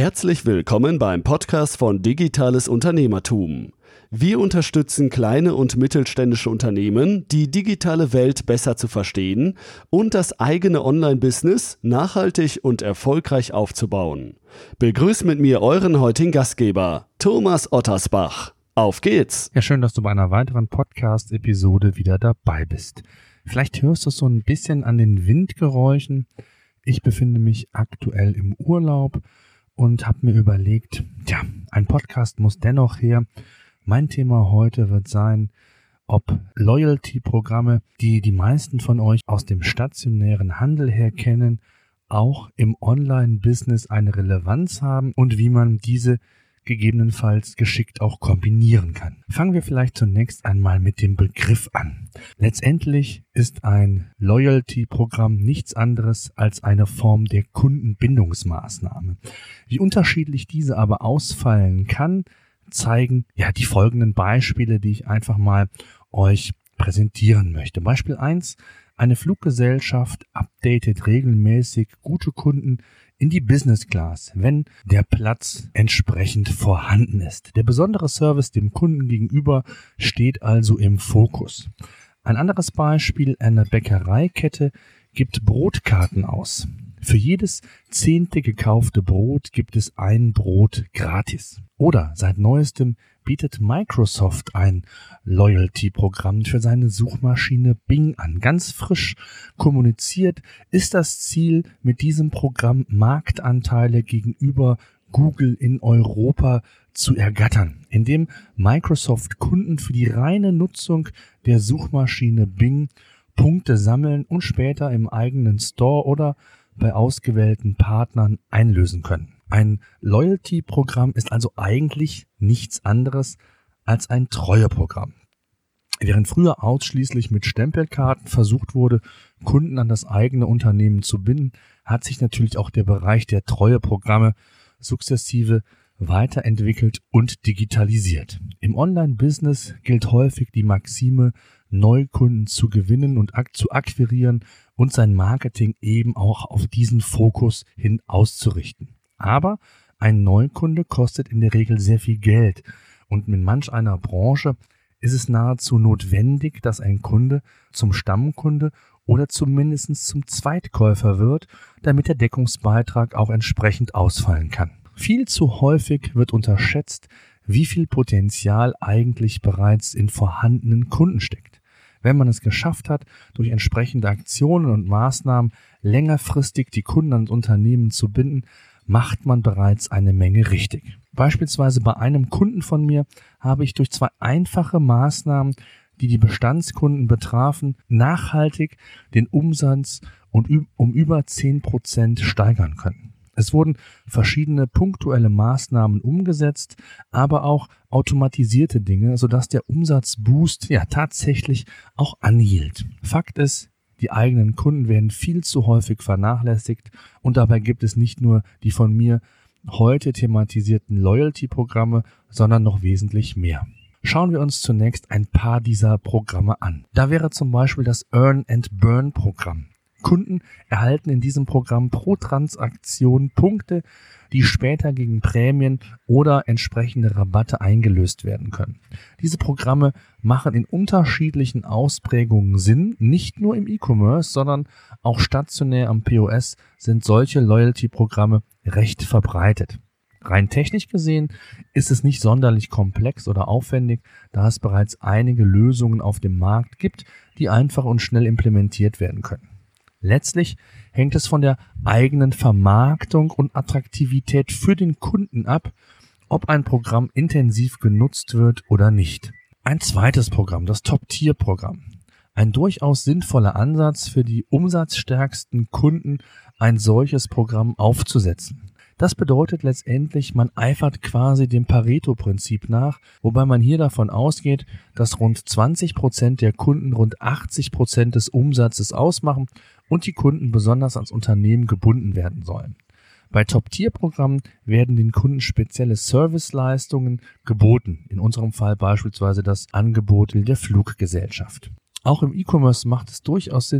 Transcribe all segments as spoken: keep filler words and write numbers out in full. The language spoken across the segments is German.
Herzlich willkommen beim Podcast von Digitales Unternehmertum. Wir unterstützen kleine und mittelständische Unternehmen, die digitale Welt besser zu verstehen und das eigene Online-Business nachhaltig und erfolgreich aufzubauen. Begrüßt mit mir euren heutigen Gastgeber, Thomas Ottersbach. Auf geht's! Ja, schön, dass du bei einer weiteren Podcast-Episode wieder dabei bist. Vielleicht hörst du es so ein bisschen an den Windgeräuschen. Ich befinde mich aktuell im Urlaub und habe mir überlegt, ja, ein Podcast muss dennoch her. Mein Thema heute wird sein, ob Loyalty-Programme, die die meisten von euch aus dem stationären Handel her kennen, auch im Online-Business eine Relevanz haben und wie man diese gegebenenfalls geschickt auch kombinieren kann. Fangen wir vielleicht zunächst einmal mit dem Begriff an. Letztendlich ist ein Loyalty-Programm nichts anderes als eine Form der Kundenbindungsmaßnahme. Wie unterschiedlich diese aber ausfallen kann, zeigen ja die folgenden Beispiele, die ich einfach mal euch präsentieren möchte. Beispiel eins: Eine Fluggesellschaft updatet regelmäßig gute Kunden in die Business Class, wenn der Platz entsprechend vorhanden ist. Der besondere Service dem Kunden gegenüber steht also im Fokus. Ein anderes Beispiel: Eine Bäckereikette gibt Brotkarten aus. Für jedes zehnte gekaufte Brot gibt es ein Brot gratis. Oder seit neuestem bietet Microsoft ein Loyalty-Programm für seine Suchmaschine Bing an. Ganz frisch kommuniziert ist das Ziel mit diesem Programm, Marktanteile gegenüber Google in Europa zu ergattern, indem Microsoft Kunden für die reine Nutzung der Suchmaschine Bing Punkte sammeln und später im eigenen Store oder bei ausgewählten Partnern einlösen können. Ein Loyalty-Programm ist also eigentlich nichts anderes als ein Treueprogramm. Während früher ausschließlich mit Stempelkarten versucht wurde, Kunden an das eigene Unternehmen zu binden, hat sich natürlich auch der Bereich der Treueprogramme sukzessive weiterentwickelt und digitalisiert. Im Online-Business gilt häufig die Maxime, Neukunden zu gewinnen und zu akquirieren und sein Marketing eben auch auf diesen Fokus hin auszurichten. Aber ein Neukunde kostet in der Regel sehr viel Geld und in manch einer Branche ist es nahezu notwendig, dass ein Kunde zum Stammkunde oder zumindest zum Zweitkäufer wird, damit der Deckungsbeitrag auch entsprechend ausfallen kann. Viel zu häufig wird unterschätzt, wie viel Potenzial eigentlich bereits in vorhandenen Kunden steckt. Wenn man es geschafft hat, durch entsprechende Aktionen und Maßnahmen längerfristig die Kunden ans Unternehmen zu binden, macht man bereits eine Menge richtig. Beispielsweise bei einem Kunden von mir habe ich durch zwei einfache Maßnahmen, die die Bestandskunden betrafen, nachhaltig den Umsatz und um über zehn Prozent steigern können. Es wurden verschiedene punktuelle Maßnahmen umgesetzt, aber auch automatisierte Dinge, sodass der Umsatzboost ja tatsächlich auch anhielt. Fakt ist, die eigenen Kunden werden viel zu häufig vernachlässigt und dabei gibt es nicht nur die von mir heute thematisierten Loyalty-Programme, sondern noch wesentlich mehr. Schauen wir uns zunächst ein paar dieser Programme an. Da wäre zum Beispiel das Earn-and-Burn-Programm. Kunden erhalten in diesem Programm pro Transaktion Punkte, die später gegen Prämien oder entsprechende Rabatte eingelöst werden können. Diese Programme machen in unterschiedlichen Ausprägungen Sinn, nicht nur im E-Commerce, sondern auch stationär am P O S sind solche Loyalty-Programme recht verbreitet. Rein technisch gesehen ist es nicht sonderlich komplex oder aufwendig, da es bereits einige Lösungen auf dem Markt gibt, die einfach und schnell implementiert werden können. Letztlich hängt es von der eigenen Vermarktung und Attraktivität für den Kunden ab, ob ein Programm intensiv genutzt wird oder nicht. Ein zweites Programm, das Top-Tier-Programm. Ein durchaus sinnvoller Ansatz für die umsatzstärksten Kunden, ein solches Programm aufzusetzen. Das bedeutet letztendlich, man eifert quasi dem Pareto-Prinzip nach, wobei man hier davon ausgeht, dass rund zwanzig Prozent der Kunden rund achtzig Prozent des Umsatzes ausmachen und die Kunden besonders ans Unternehmen gebunden werden sollen. Bei Top-Tier-Programmen werden den Kunden spezielle Serviceleistungen geboten, in unserem Fall beispielsweise das Angebot der Fluggesellschaft. Auch im E-Commerce macht es durchaus Sinn,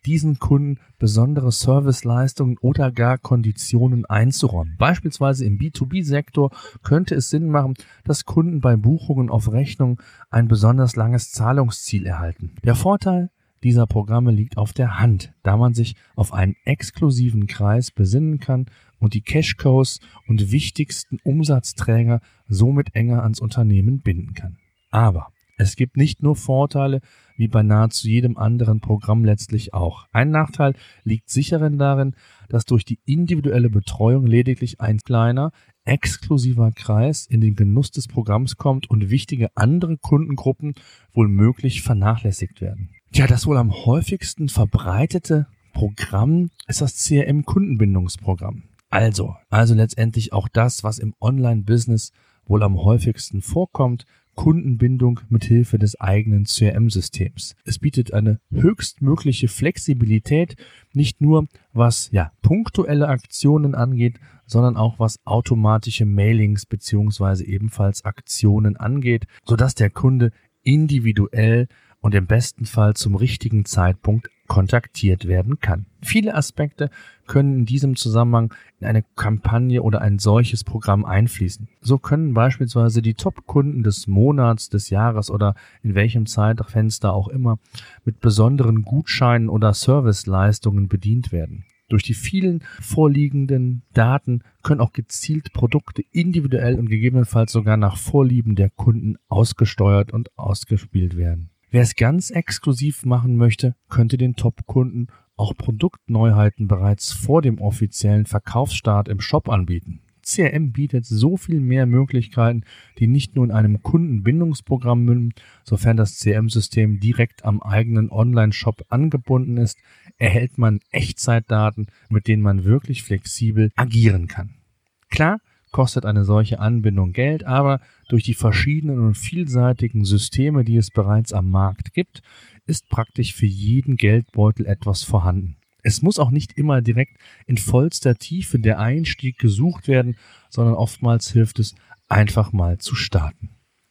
diesen Kunden besondere Serviceleistungen oder gar Konditionen einzuräumen. Beispielsweise im B zwei B-Sektor könnte es Sinn machen, dass Kunden bei Buchungen auf Rechnung ein besonders langes Zahlungsziel erhalten. Der Vorteil dieser Programme liegt auf der Hand, da man sich auf einen exklusiven Kreis besinnen kann und die Cashcows und wichtigsten Umsatzträger somit enger ans Unternehmen binden kann. Aber es gibt nicht nur Vorteile, wie bei nahezu jedem anderen Programm letztlich auch. Ein Nachteil liegt sicherin darin, dass durch die individuelle Betreuung lediglich ein kleiner, exklusiver Kreis in den Genuss des Programms kommt und wichtige andere Kundengruppen womöglich vernachlässigt werden. Ja, das wohl am häufigsten verbreitete Programm ist das C R M-Kundenbindungsprogramm. Also, also letztendlich auch das, was im Online-Business wohl am häufigsten vorkommt, Kundenbindung mit Hilfe des eigenen C R M-Systems. Es bietet eine höchstmögliche Flexibilität, nicht nur was ja punktuelle Aktionen angeht, sondern auch was automatische Mailings bzw. ebenfalls Aktionen angeht, sodass der Kunde individuell und im besten Fall zum richtigen Zeitpunkt kontaktiert werden kann. Viele Aspekte können in diesem Zusammenhang in eine Kampagne oder ein solches Programm einfließen. So können beispielsweise die Top-Kunden des Monats, des Jahres oder in welchem Zeitfenster auch immer mit besonderen Gutscheinen oder Serviceleistungen bedient werden. Durch die vielen vorliegenden Daten können auch gezielt Produkte individuell und gegebenenfalls sogar nach Vorlieben der Kunden ausgesteuert und ausgespielt werden. Wer es ganz exklusiv machen möchte, könnte den Top-Kunden auch Produktneuheiten bereits vor dem offiziellen Verkaufsstart im Shop anbieten. C R M bietet so viel mehr Möglichkeiten, die nicht nur in einem Kundenbindungsprogramm münden. Sofern das C R M-System direkt am eigenen Online-Shop angebunden ist, erhält man Echtzeitdaten, mit denen man wirklich flexibel agieren kann. Klar, kostet eine solche Anbindung Geld, aber durch die verschiedenen und vielseitigen Systeme, die es bereits am Markt gibt, ist praktisch für jeden Geldbeutel etwas vorhanden. Es muss auch nicht immer direkt in vollster Tiefe der Einstieg gesucht werden, sondern oftmals hilft es, einfach mal zu starten.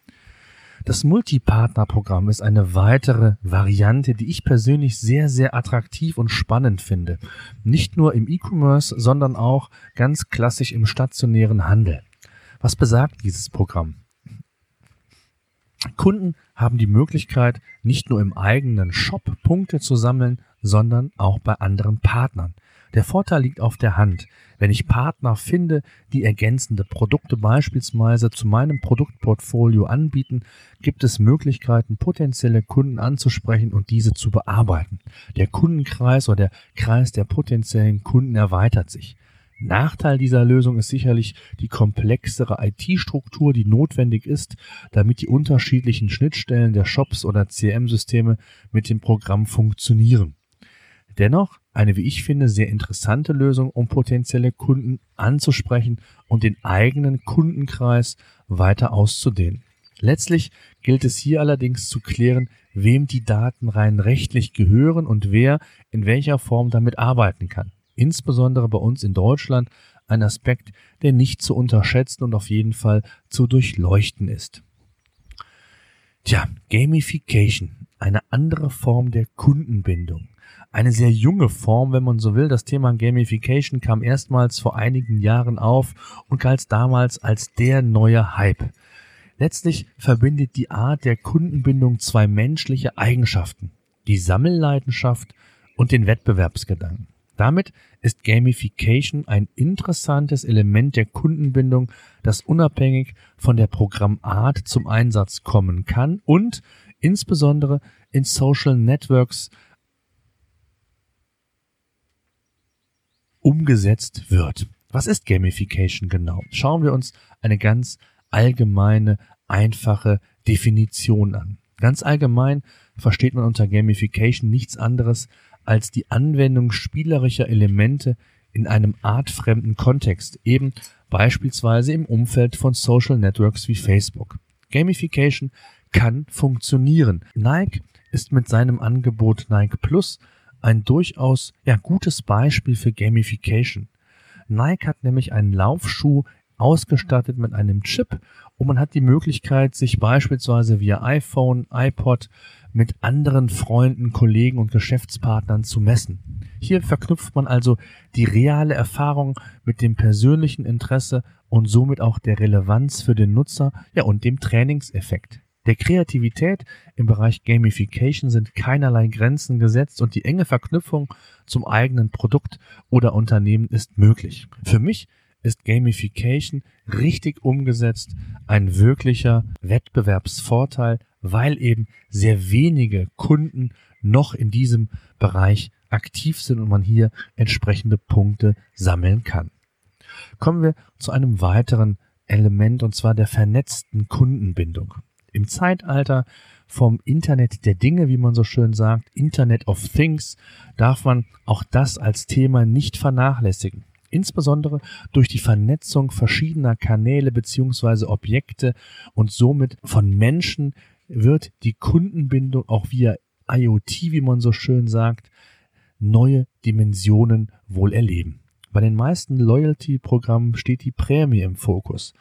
Das Multipartnerprogramm ist eine weitere Variante, die ich persönlich sehr, sehr attraktiv und spannend finde. Nicht nur im E-Commerce, sondern auch ganz klassisch im stationären Handel. Was besagt dieses Programm? Kunden haben die Möglichkeit, nicht nur im eigenen Shop Punkte zu sammeln, sondern auch bei anderen Partnern. Der Vorteil liegt auf der Hand. Wenn ich Partner finde, die ergänzende Produkte beispielsweise zu meinem Produktportfolio anbieten, gibt es Möglichkeiten, potenzielle Kunden anzusprechen und diese zu bearbeiten. Der Kundenkreis oder der Kreis der potenziellen Kunden erweitert sich. Nachteil dieser Lösung ist sicherlich die komplexere I T-Struktur, die notwendig ist, damit die unterschiedlichen Schnittstellen der Shops oder C R M-Systeme mit dem Programm funktionieren. Dennoch eine, wie ich finde, sehr interessante Lösung, um potenzielle Kunden anzusprechen und den eigenen Kundenkreis weiter auszudehnen. Letztlich gilt es hier allerdings zu klären, wem die Daten rein rechtlich gehören und wer in welcher Form damit arbeiten kann. Insbesondere bei uns in Deutschland ein Aspekt, der nicht zu unterschätzen und auf jeden Fall zu durchleuchten ist. Tja, Gamification, eine andere Form der Kundenbindung. Eine sehr junge Form, wenn man so will. Das Thema Gamification kam erstmals vor einigen Jahren auf und galt damals als der neue Hype. Letztlich verbindet die Art der Kundenbindung zwei menschliche Eigenschaften: die Sammelleidenschaft und den Wettbewerbsgedanken. Damit ist Gamification ein interessantes Element der Kundenbindung, das unabhängig von der Programmart zum Einsatz kommen kann und insbesondere in Social Networks umgesetzt wird. Was ist Gamification genau? Schauen wir uns eine ganz allgemeine, einfache Definition an. Ganz allgemein versteht man unter Gamification nichts anderes als die Anwendung spielerischer Elemente in einem artfremden Kontext, eben beispielsweise im Umfeld von Social Networks wie Facebook. Gamification kann funktionieren. Nike ist mit seinem Angebot Nike Plus ein durchaus ja, gutes Beispiel für Gamification. Nike hat nämlich einen Laufschuh ausgestattet mit einem Chip und man hat die Möglichkeit, sich beispielsweise via iPhone, iPod mit anderen Freunden, Kollegen und Geschäftspartnern zu messen. Hier verknüpft man also die reale Erfahrung mit dem persönlichen Interesse und somit auch der Relevanz für den Nutzer, ja, und dem Trainingseffekt. Der Kreativität im Bereich Gamification sind keinerlei Grenzen gesetzt und die enge Verknüpfung zum eigenen Produkt oder Unternehmen ist möglich. Für mich ist Gamification richtig umgesetzt ein wirklicher Wettbewerbsvorteil, weil eben sehr wenige Kunden noch in diesem Bereich aktiv sind und man hier entsprechende Punkte sammeln kann. Kommen wir zu einem weiteren Element, und zwar der vernetzten Kundenbindung. Im Zeitalter vom Internet der Dinge, wie man so schön sagt, Internet of Things, darf man auch das als Thema nicht vernachlässigen. Insbesondere durch die Vernetzung verschiedener Kanäle bzw. Objekte und somit von Menschen wird die Kundenbindung auch via IoT, wie man so schön sagt, neue Dimensionen wohl erleben. Bei den meisten Loyalty-Programmen steht die Prämie im Fokus.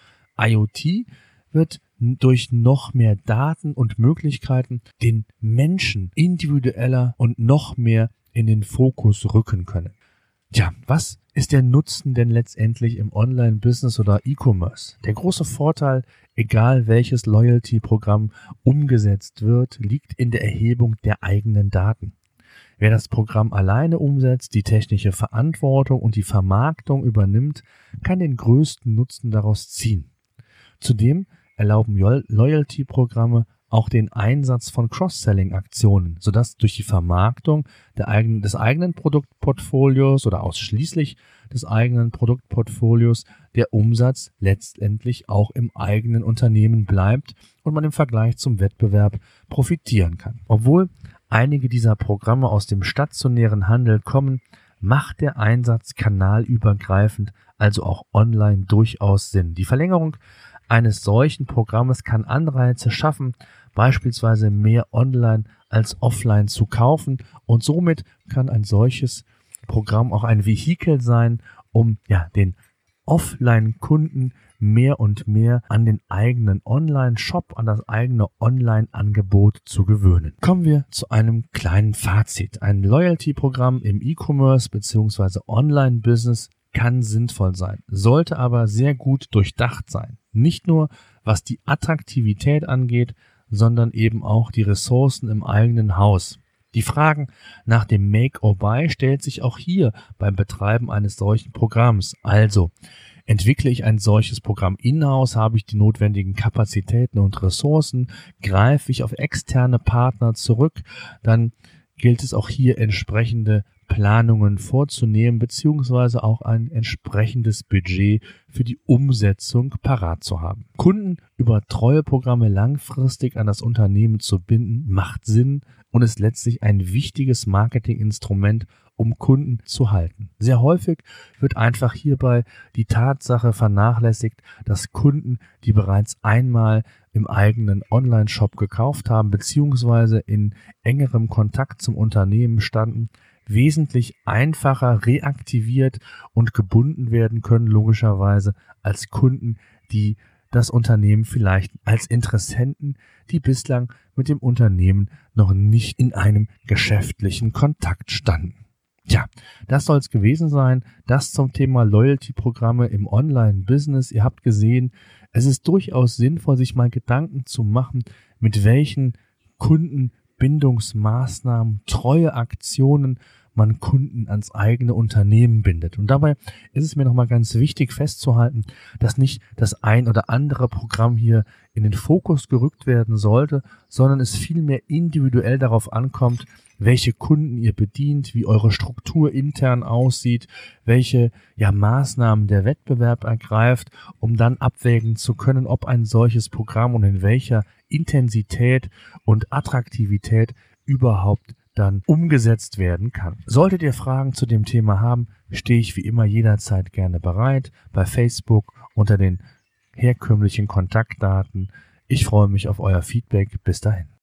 IoT wird durch noch mehr Daten und Möglichkeiten den Menschen individueller und noch mehr in den Fokus rücken können. Tja, was ist der Nutzen denn letztendlich im Online-Business oder E-Commerce? Der große Vorteil, egal welches Loyalty-Programm umgesetzt wird, liegt in der Erhebung der eigenen Daten. Wer das Programm alleine umsetzt, die technische Verantwortung und die Vermarktung übernimmt, kann den größten Nutzen daraus ziehen. Zudem erlauben Loyalty-Programme auch den Einsatz von Cross-Selling-Aktionen, sodass durch die Vermarktung der eigenen, des eigenen Produktportfolios oder ausschließlich des eigenen Produktportfolios der Umsatz letztendlich auch im eigenen Unternehmen bleibt und man im Vergleich zum Wettbewerb profitieren kann. Obwohl einige dieser Programme aus dem stationären Handel kommen, macht der Einsatz kanalübergreifend, also auch online, durchaus Sinn. Die Verlängerung eines solchen Programmes kann Anreize schaffen, beispielsweise mehr online als offline zu kaufen, und somit kann ein solches Programm auch ein Vehikel sein, um ja den Offline-Kunden mehr und mehr an den eigenen Online-Shop, an das eigene Online-Angebot zu gewöhnen. Kommen wir zu einem kleinen Fazit. Ein Loyalty-Programm im E-Commerce bzw. Online-Business kann sinnvoll sein, sollte aber sehr gut durchdacht sein. Nicht nur was die Attraktivität angeht, sondern eben auch die Ressourcen im eigenen Haus. Die Fragen nach dem Make or Buy stellt sich auch hier beim Betreiben eines solchen Programms. Also, entwickle ich ein solches Programm in-house, habe ich die notwendigen Kapazitäten und Ressourcen, greife ich auf externe Partner zurück, dann gilt es auch hier entsprechende Planungen vorzunehmen, beziehungsweise auch ein entsprechendes Budget für die Umsetzung parat zu haben. Kunden über Treueprogramme langfristig an das Unternehmen zu binden, macht Sinn und ist letztlich ein wichtiges Marketinginstrument, um Kunden zu halten. Sehr häufig wird einfach hierbei die Tatsache vernachlässigt, dass Kunden, die bereits einmal im eigenen Online-Shop gekauft haben, beziehungsweise in engerem Kontakt zum Unternehmen standen, wesentlich einfacher reaktiviert und gebunden werden können, logischerweise, als Kunden, die das Unternehmen vielleicht als Interessenten, die bislang mit dem Unternehmen noch nicht in einem geschäftlichen Kontakt standen. Tja, das soll es gewesen sein. Das zum Thema Loyalty-Programme im Online-Business. Ihr habt gesehen, es ist durchaus sinnvoll, sich mal Gedanken zu machen, mit welchen Kundenbindungsmaßnahmen, Treueaktionen man Kunden ans eigene Unternehmen bindet. Und dabei ist es mir nochmal ganz wichtig festzuhalten, dass nicht das ein oder andere Programm hier in den Fokus gerückt werden sollte, sondern es vielmehr individuell darauf ankommt, welche Kunden ihr bedient, wie eure Struktur intern aussieht, welche ja, Maßnahmen der Wettbewerb ergreift, um dann abwägen zu können, ob ein solches Programm und in welcher Intensität und Attraktivität überhaupt dann umgesetzt werden kann. Solltet ihr Fragen zu dem Thema haben, stehe ich wie immer jederzeit gerne bereit, bei Facebook unter den herkömmlichen Kontaktdaten. Ich freue mich auf euer Feedback. Bis dahin.